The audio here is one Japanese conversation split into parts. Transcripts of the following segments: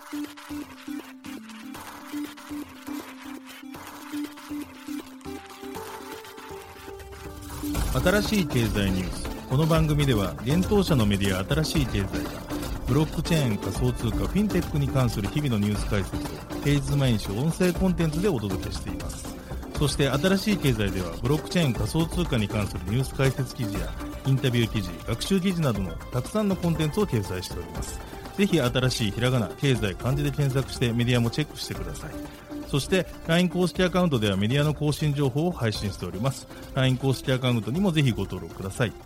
新しい経済ニュース。この番組では現当社のメディア新しい経済がブロックチェーン、仮想通貨、フィンテックに関する日々のニュース解説を平日毎日音声コンテンツでお届けしています。そして新しい経済ではブロックチェーン、仮想通貨に関するニュース解説記事やインタビュー記事、学習記事などのたくさんのコンテンツを掲載しております。ぜひ新しいひらがな、経済、漢字で検索してメディアもチェックしてください。そして LINE 公式アカウントではメディアの更新情報を配信しております。 LINE 公式アカウントにもぜひご登録ください。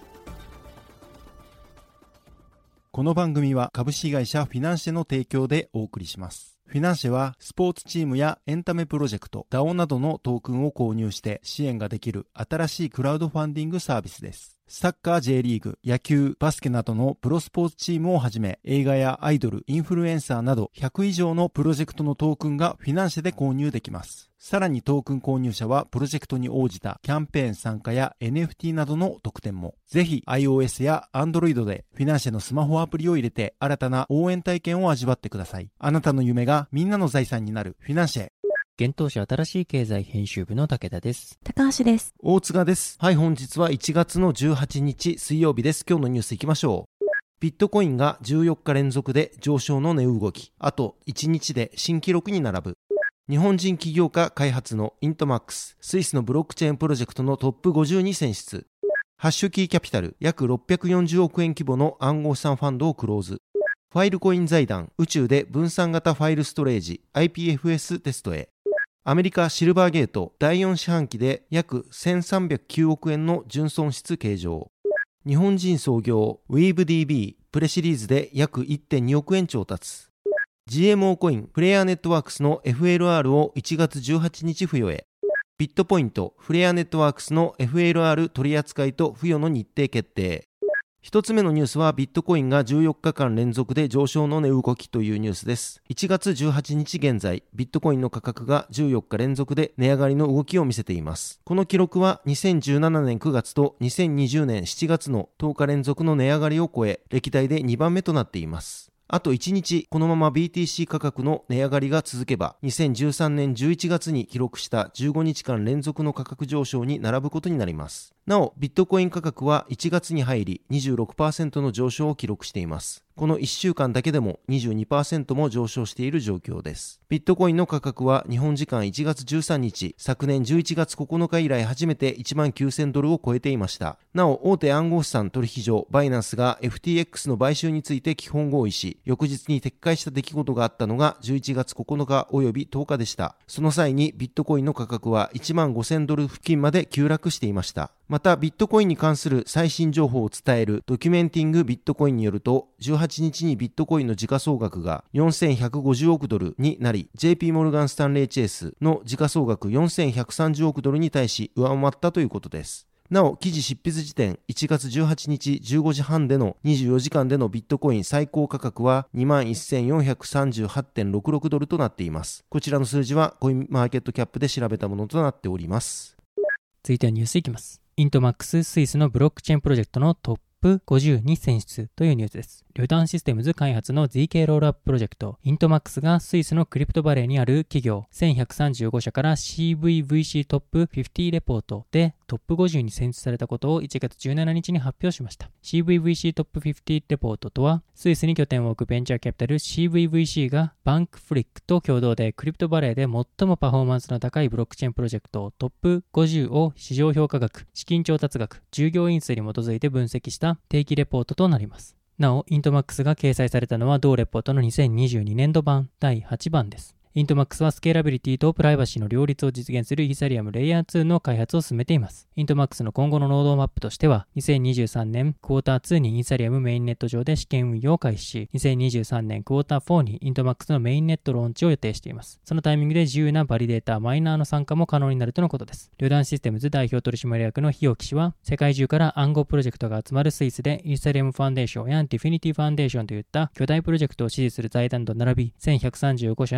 この番組は株式会社フィナンシェの提供でお送りします。フィナンシェはスポーツチームやエンタメプロジェクト、DAO などのトークンを購入して支援ができる新しいクラウドファンディングサービスです。サッカー J リーグ、野球、バスケなどのプロスポーツチームをはじめ、映画やアイドル、インフルエンサーなど100以上のプロジェクトのトークンがフィナンシェで購入できます。さらにトークン購入者はプロジェクトに応じたキャンペーン参加や NFT などの特典も。ぜひ iOS や Android でフィナンシェのスマホアプリを入れて新たな応援体験を味わってください。あなたの夢がみんなの財産になるフィナンシェ。 現当社新しい経済編集部の武田です。 高橋です。 大塚です。はい、本日は1月の18日水曜日です。今日のニュースいきましょう。ビットコインが14日連続で上昇の値動き。あと1日で新記録に並ぶ。日本人起業家開発のイントマックス、スイスのブロックチェーンプロジェクトのトップ50に選出。ハッシュキーキャピタル約640億円規模の暗号資産ファンドをクローズ。ファイルコイン財団、宇宙で分散型ファイルストレージ IPFS テストへ。アメリカシルバーゲート第4四半期で約1309億円の純損失計上。日本人創業 WeaveDB プレシリーズで約 1.2 億円調達。GMO コインフレアネットワークスの FLR を1月18日付与へ。ビットポイントフレアネットワークスの FLR 取扱いと付与の日程決定。一つ目のニュースはビットコインが14日間連続で上昇の値動きというニュースです。1月18日現在、ビットコインの価格が14日連続で値上がりの動きを見せています。この記録は2017年9月と2020年7月の10日連続の値上がりを超え、歴代で2番目となっています。あと1日、このまま BTC 価格の値上がりが続けば、2013年11月に記録した15日間連続の価格上昇に並ぶことになります。なお、ビットコイン価格は1月に入り 26% の上昇を記録しています。この1週間だけでも 22% も上昇している状況です。ビットコインの価格は日本時間1月13日、昨年11月9日以来初めて19,000ドルを超えていました。なお、大手暗号資産取引所バイナンスが FTX の買収について基本合意し、翌日に撤回した出来事があったのが11月9日及び10日でした。その際にビットコインの価格は 15,000 ドル付近まで急落していました。またビットコインに関する最新情報を伝えるドキュメンティングビットコインによると、18日にビットコインの時価総額が4150億ドルになり、 JP モルガンスタンレーチェースの時価総額4130億ドルに対し上回ったということです。なお、記事執筆時点1月18日15時半での24時間でのビットコイン最高価格は 21,438.66 ドルとなっています。こちらの数字はコインマーケットキャップで調べたものとなっております。 続いてはニュースいきます。イントマックススイスのブロックチェーンプロジェクトのトップ50に選出というニュースです。リョダンシステムズ開発の ZK ロールアッププロジェクトイントマックスがスイスのクリプトバレーにある企業1135社から CVVC トップ50レポートでトップ50に選出されたことを1月17日に発表しました。 CVVC トップ50レポートとは、スイスに拠点を置くベンチャーキャピタル CVVC がバンクフリックと共同でクリプトバレーで最もパフォーマンスの高いブロックチェーンプロジェクトトップ50を市場評価額、資金調達額、従業員数に基づいて分析した定期レポートとなります。なお、イントマックスが掲載されたのは同レポートの2022年度版第8番です。イントマックスはスケーラビリティとプライバシーの両立を実現するイーサリアムレイヤー2の開発を進めています。イントマックスの今後のノードマップとしては、2023年クォーター2にイーサリアムメインネット上で試験運用を開始し、2023年クォーター4にイントマックスのメインネットローンチを予定しています。そのタイミングで自由なバリデータ、マイナーの参加も可能になるとのことです。リョダンシステムズ代表取締役の日置氏は、世界中から暗号プロジェクトが集まるスイスでイーサリアムファンデーションやディフィニティファンデーションといった巨大プロジェクトを支持する財団と並び、1135社の企業の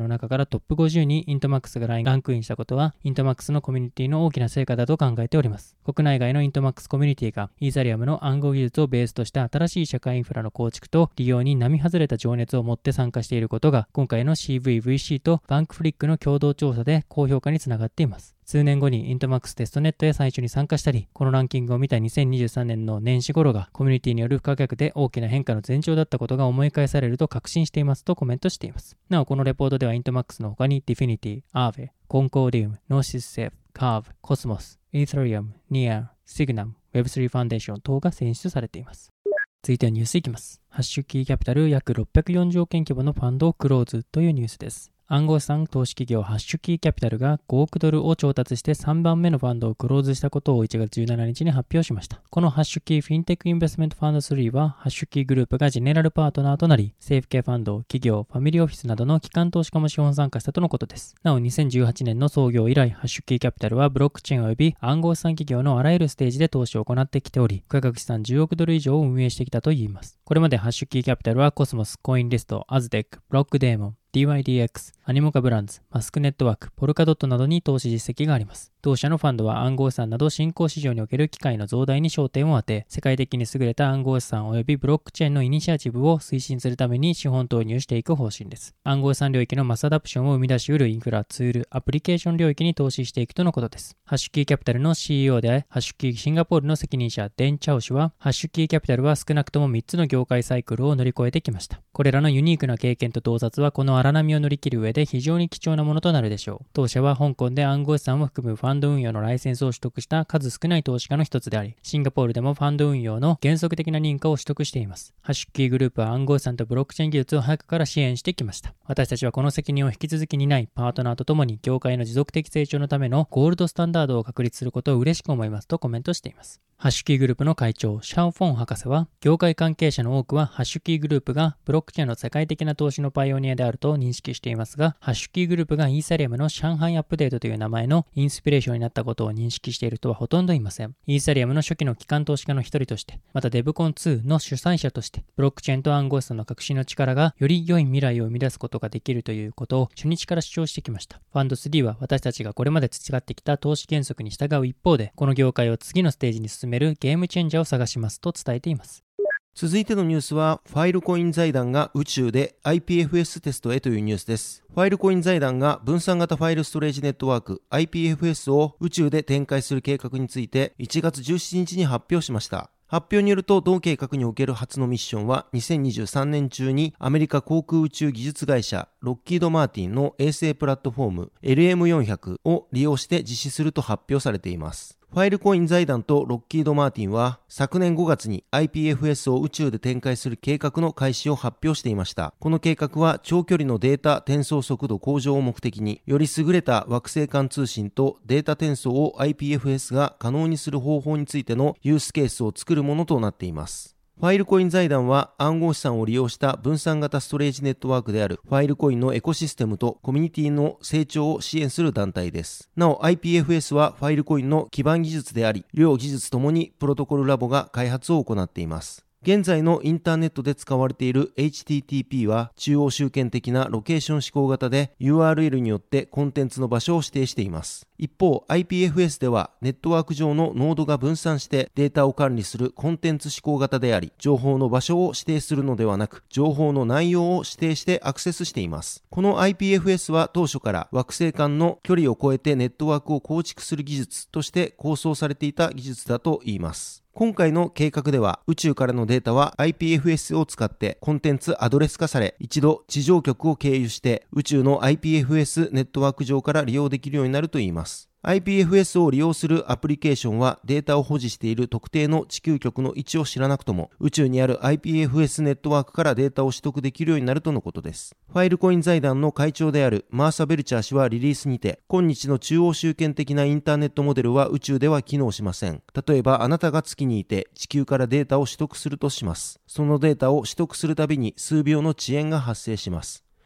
の中からトップ50にイントマックスがランクインしたことは、イントマックスのコミュニティの大きな成果だと考えております。国内外のイントマックスコミュニティがイーサリアムの暗号技術をベースとした新しい社会インフラの構築と利用に並外れた情熱を持って参加していることが、今回の CVVC とバンクフリックの共同調査で高評価につながっています。数年後にイントマックステストネットへ最初に参加したり、このランキングを見た2023年の年始頃がコミュニティによる不可逆で大きな変化の前兆だったことが思い返されると確信していますとコメントしています。なお、このレポートではイントマックスの他にディフィニティ、アーヴェ、コンコーディウム、ノーシスセーフ、カーブ、コスモス、イーサリアム、ニア、シグナム、Web3 ファンデーション等が選出されています。続いてはニュースいきます。ハッシュキーキャピタル約640億円規模のファンドをクローズというニュースです。暗号資産投資企業ハッシュキーキャピタルが5億ドルを調達して3番目のファンドをクローズしたことを1月17日に発表しました。このハッシュキーフィンテックインベストメントファンド3はハッシュキーグループがジェネラルパートナーとなり、政府系ファンド、企業、ファミリーオフィスなどの機関投資家も資本参加したとのことです。なお2018年の創業以来、ハッシュキーキャピタルはブロックチェーン及び暗号資産企業のあらゆるステージで投資を行ってきており、価格資産10億ドル以上を運営してきたといいます。これまでハッシュキーキャピタルはコスモス、コインリスト、アズテック、ブロックデーモン、DYDX、アニモカブランズ、マスクネットワーク、ポルカドットなどに投資実績があります。同社のファンドは暗号資産など新興市場における機会の増大に焦点を当て、世界的に優れた暗号資産及びブロックチェーンのイニシアチブを推進するために資本投入していく方針です。暗号資産領域のマスアダプションを生み出し得るインフラ、ツール、アプリケーション領域に投資していくとのことです。ハッシュキーキャピタルの CEO でハッシュキーシンガポールの責任者デン・チャオ氏は、ハッシュキーキャピタルは少なくとも3つの業界サイクルを乗り越えてきました。これらのユニークな経験と洞察はこの荒波を乗り切る上で非常に貴重なものとなるでしょう。当社は香港で暗号資産を含むファンド運用のライセンスを取得した数少ない投資家の一つであり、シンガポールでもファンド運用の原則的な認可を取得しています。ハッシュキーグループは暗号資産とブロックチェーン技術を早くから支援してきました。私たちはこの責任を引き続き担い、パートナーとともに業界の持続的成長のためのゴールドスタンダードを確立することを嬉しく思いますとコメントしています。ハッシュキーグループの会長、シャオフォン博士は、業界関係者の多くはハッシュキーグループがブロックチェーンの世界的な投資のパイオニアであると認識していますが、ハッシュキーグループがイーサリアムの上海アップデートという名前のインスピレーションになったことを認識している人はほとんどいません。イーサリアムの初期の機関投資家の一人として、またデブコン2の主催者として、ブロックチェーンと暗号資産の革新の力がより良い未来を生み出すことができるということを初日から主張してきました。ファンド3は私たちがこれまで培ってきた投資原則に従う一方で、この業界を次のステージに進めるゲームチェンジャーを探しますと伝えています。 続いてのニュースは、ファイルコイン財団が宇宙で IPFS テストへというニュースです。ファイルコイン財団が分散型ファイルストレージネットワーク IPFS を宇宙で展開する計画について1月17日に発表しました。発表によると、同計画における初のミッションは2023年中にアメリカ航空宇宙技術会社ロッキード・マーティンの衛星プラットフォーム LM400 を利用して実施すると発表されています。ファイルコイン財団とロッキード・マーティンは昨年5月に IPFS を宇宙で展開する計画の開始を発表していました。この計画は長距離のデータ転送速度向上を目的により優れた惑星間通信とデータ転送を IPFS が可能にする方法についてのユースケースを作るものとなっています。ファイルコイン財団は暗号資産を利用した分散型ストレージネットワークであるファイルコインのエコシステムとコミュニティの成長を支援する団体です。なお IPFS はファイルコインの基盤技術であり、両技術ともにプロトコルラボが開発を行っています。現在のインターネットで使われている HTTP は中央集権的なロケーション指向型で URL によってコンテンツの場所を指定しています。一方 IPFS ではネットワーク上のノードが分散してデータを管理するコンテンツ指向型であり、情報の場所を指定するのではなく情報の内容を指定してアクセスしています。この IPFS は当初から惑星間の距離を超えてネットワークを構築する技術として構想されていた技術だといいます。今回の計画では宇宙からのデータは IPFS を使ってコンテンツアドレス化され、一度地上局を経由して宇宙の IPFS ネットワーク上から利用できるようになるといいます。IPFS を利用するアプリケーションはデータを保持している特定の地球局の位置を知らなくとも宇宙にある IPFS ネットワークからデータを取得できるようになるとのことです。ファイルコイン財団の会長であるマーサ・ベルチャー氏はリリースにて、今日の中央集権的なインターネットモデルは宇宙では機能しません。例えばあなたが月にいて地球からデータを取得するとします。そのデータを取得するたびに数秒の遅延が発生し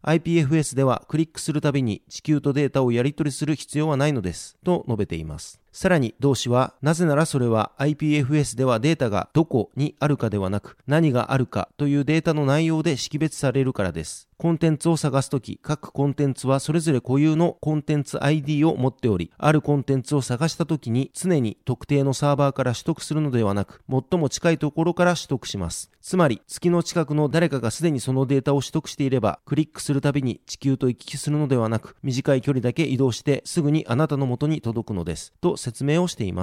ます。IPFS ではクリックするたびに地球とデータをやり取りする必要はないのですと述べています。 さらに同氏は、なぜならそれは IPFS ではデータがどこにあるかではなく、何があるかというデータの内容で識別されるからです。コンテンツを探すとき、各コンテンツはそれぞれ固有のコンテンツ ID を持っており、あるコンテンツを探したときに常に特定のサーバーから取得するのではなく、最も近いところから取得します。つまり、月の近くの誰かがすでにそのデータを取得していれば、クリックするたびに地球と行き来するのではなく、短い距離だけ移動してすぐにあなたの元に届くのです。と説明をしています。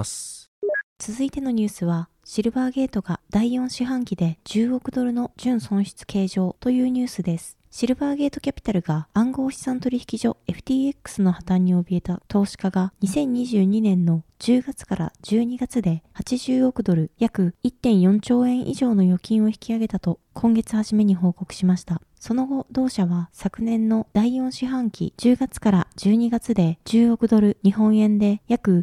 続いてのニュースは、シルバーゲートが第4四半期で10億ドルの純損失計上というニュースです。シルバーゲートキャピタルが暗号資産取引所 FTX の破綻に怯えた投資家が2022年の10月から12月で80億ドル約 1.4 兆円以上の預金を引き上げたと今月初めに報告しました。その後、同社は昨年の第4四半期10月から12月で10億ドル日本円で約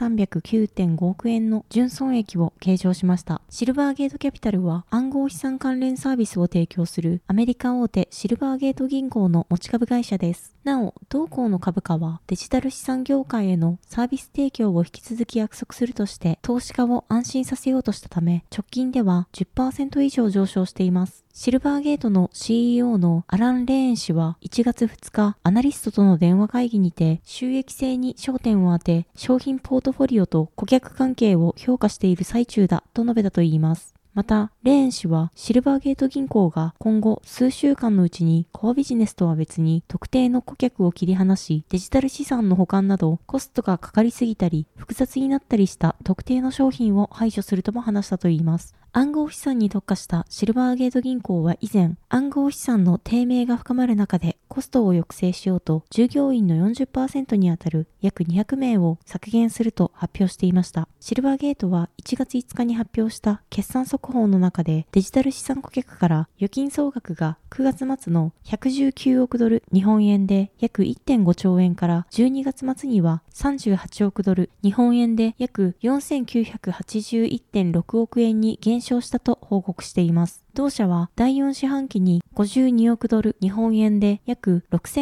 1309.5 億円の純損益を計上しました。シルバーゲートキャピタルは暗号資産関連サービスを提供するアメリカ大手シルバーゲート銀行の持ち株会社です。なお、同行の株価はデジタル資産業界へのサービス提供を引き続き約束するとして投資家を安心させようとしたため、直近では 10% 以上上昇しています。シルバーゲートの CEO のアラン・レーン氏は1月2日、アナリストとの電話会議にて収益性に焦点を当て、商品ポートフォリオと顧客関係を評価している最中だと述べたといいます。また、レーン氏はシルバーゲート銀行が今後数週間のうちにコアビジネスとは別に特定の顧客を切り離し、デジタル資産の保管などコストがかかりすぎたり複雑になったりした特定の商品を排除するとも話したといいます。暗号資産に特化したシルバーゲート銀行は以前、暗号資産の低迷が深まる中でコストを抑制しようと従業員の 40% にあたる約200名を削減すると発表していました。シルバーゲートは1月5日に発表した決算速報の中でデジタル資産顧客から預金総額が9月末の119億ドル日本円で約 1.5 兆円から12月末には38億ドル日本円で約 4981.6 億円に減少したと報告しています。同社は第4四半期に52億ドル日本円で約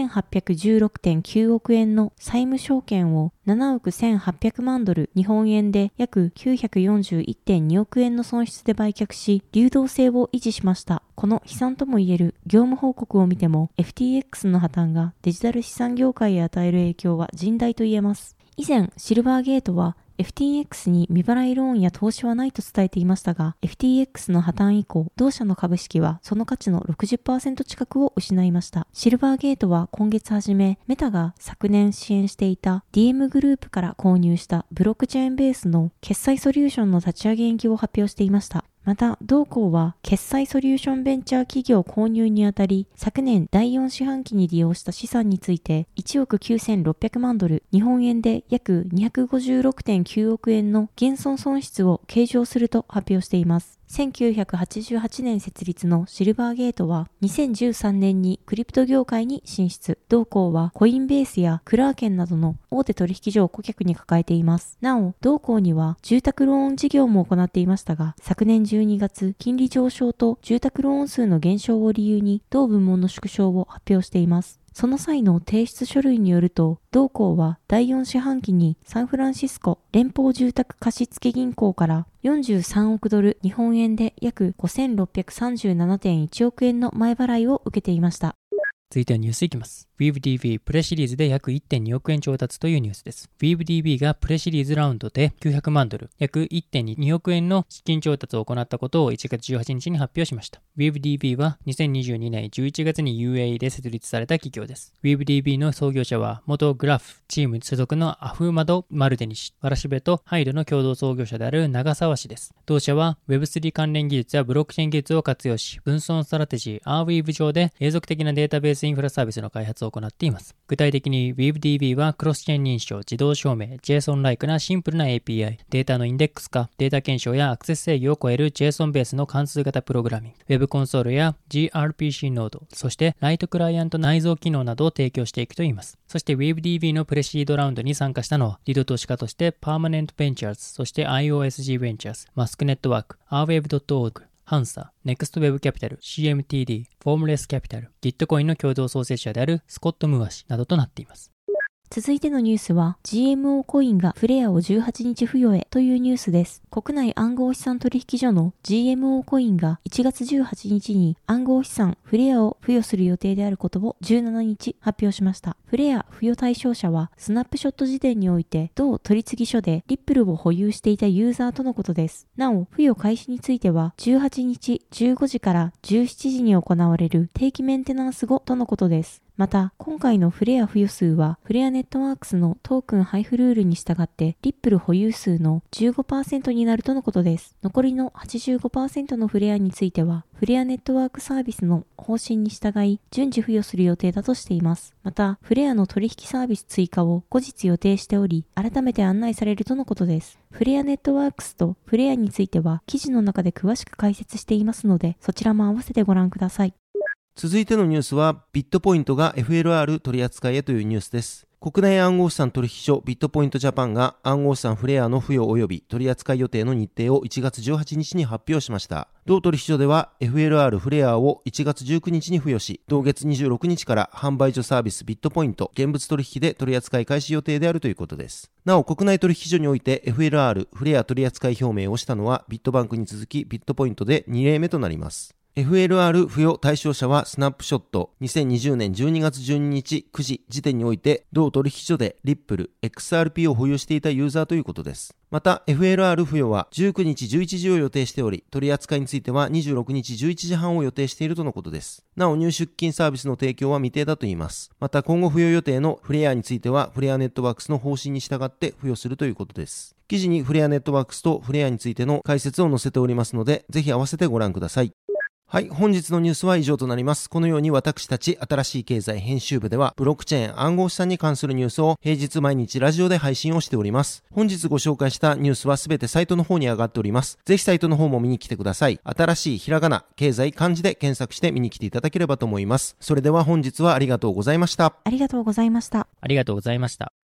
6816.9 億円の債務証券を7億1800万ドル日本円で約 941.2 億円の損失で売却し、流動性を維持しました。この悲惨ともいえる業務報告を見ても FTX の破綻がデジタル資産業界へ与える影響は甚大と言えます。以前、シルバーゲートはFTX に未払いローンや投資はないと伝えていましたが、FTX の破綻以降、同社の株式はその価値の 60% 近くを失いました。シルバーゲートは今月初め、メタが昨年支援していた DM グループから購入したブロックチェーンベースの決済ソリューションの立ち上げ延期を発表していました。また、同行は決済ソリューションベンチャー企業購入にあたり、昨年第4四半期に利用した資産について1億9600万ドル、日本円で約 256.9 億円の減損損失を計上すると発表しています。1988年設立のシルバーゲートは2013年にクリプト業界に進出。同行はコインベースやクラーケンなどの大手取引所を顧客に抱えています。なお、同行には住宅ローン事業も行っていましたが、昨年12月、金利上昇と住宅ローン数の減少を理由に同部門の縮小を発表しています。その際の提出書類によると、同行は第4四半期にサンフランシスコ連邦住宅貸付銀行から43億ドル日本円で約 5637.1 億円の前払いを受けていました。 続いてはニュースいきます。WeaveDB プレシリーズで約 1.2 億円調達というニュースです。WeaveDB がプレシリーズラウンドで900万ドル、約 1.2 億円の資金調達を行ったことを1月18日に発表しました。WeaveDB は2022年11月に UAE で設立された企業です。WeaveDB の創業者は元グラフチーム所属のアフーマド・マルデニ氏、ワラシベとハイドの共同創業者である長澤氏です。同社は Web3 関連技術やブロックチェーン技術を活用し、分損ストラテジー Arweave 上で永続的なデータベースインフラサービスの開発を行っています。具体的に WeaveDB はクロスチェーン認証、自動証明、JSON-like なシンプルな API、データのインデックス化、データ検証やアクセス制御を超える JSON ベースの関数型プログラミング、Web コンソールや gRPC ノード、そしてライトクライアント内蔵機能などを提供していくといいます。そして WeaveDB のプレシードラウンドに参加したのは、リード投資家としてパーマネントベンチャーズ、そして IOSG ベンチャーズ、マスクネットワーク、Arwave.org、ハンサー、NextWeb Capital、CMTD、Formless Capital、Gitcoin の共同創設者であるスコット・ムーア氏などとなっています。 続いてのニュースは GMO コインがフレアを18日付与へというニュースです。国内暗号資産取引所の GMO コインが1月18日に暗号資産フレアを付与する予定であることを17日発表しました。フレア付与対象者はスナップショット時点において同取次所でリップルを保有していたユーザーとのことです。なお、付与開始については18日15時から17時に行われる定期メンテナンス後とのことです。また、今回のフレア付与数は、フレアネットワークスのトークン配布ルールに従って、リップル保有数の 15% になるとのことです。残りの 85% のフレアについては、フレアネットワークサービスの方針に従い、順次付与する予定だとしています。また、フレアの取引サービス追加を後日予定しており、改めて案内されるとのことです。フレアネットワークスとフレアについては、記事の中で詳しく解説していますので、そちらも合わせてご覧ください。 続いてのニュースは、ビットポイントが FLR 取り扱いへというニュースです。国内暗号資産取引所ビットポイントジャパンが暗号資産フレアの付与及び取扱い予定の日程を1月18日に発表しました。同取引所では FLR フレアを1月19日に付与し、同月26日から販売所サービスビットポイント現物取引で取扱い開始予定であるということです。なお、国内取引所において FLR フレア取扱い表明をしたのはビットバンクに続きビットポイントで2例目となります。FLR 付与対象者はスナップショット2020年12月12日9時時点において同取引所でリップル XRP を保有していたユーザーということです。また FLR 付与は19日11時を予定しており、取り扱いについては26日11時半を予定しているとのことです。なお、入出金サービスの提供は未定だといいます。また今後付与予定のフレアについてはフレアネットワークスの方針に従って付与するということです。記事にフレアネットワークスとフレアについての解説を載せておりますので、ぜひ合わせてご覧ください。はい、本日のニュースは以上となります。このように私たち新しい経済編集部ではブロックチェーン暗号資産に関するニュースを平日毎日ラジオで配信をしております。本日ご紹介したニュースはすべてサイトの方に上がっております。ぜひサイトの方も見に来てください。新しいひらがな、経済、漢字で検索して見に来ていただければと思います。それでは本日はありがとうございました。 ありがとうございました。 ありがとうございました。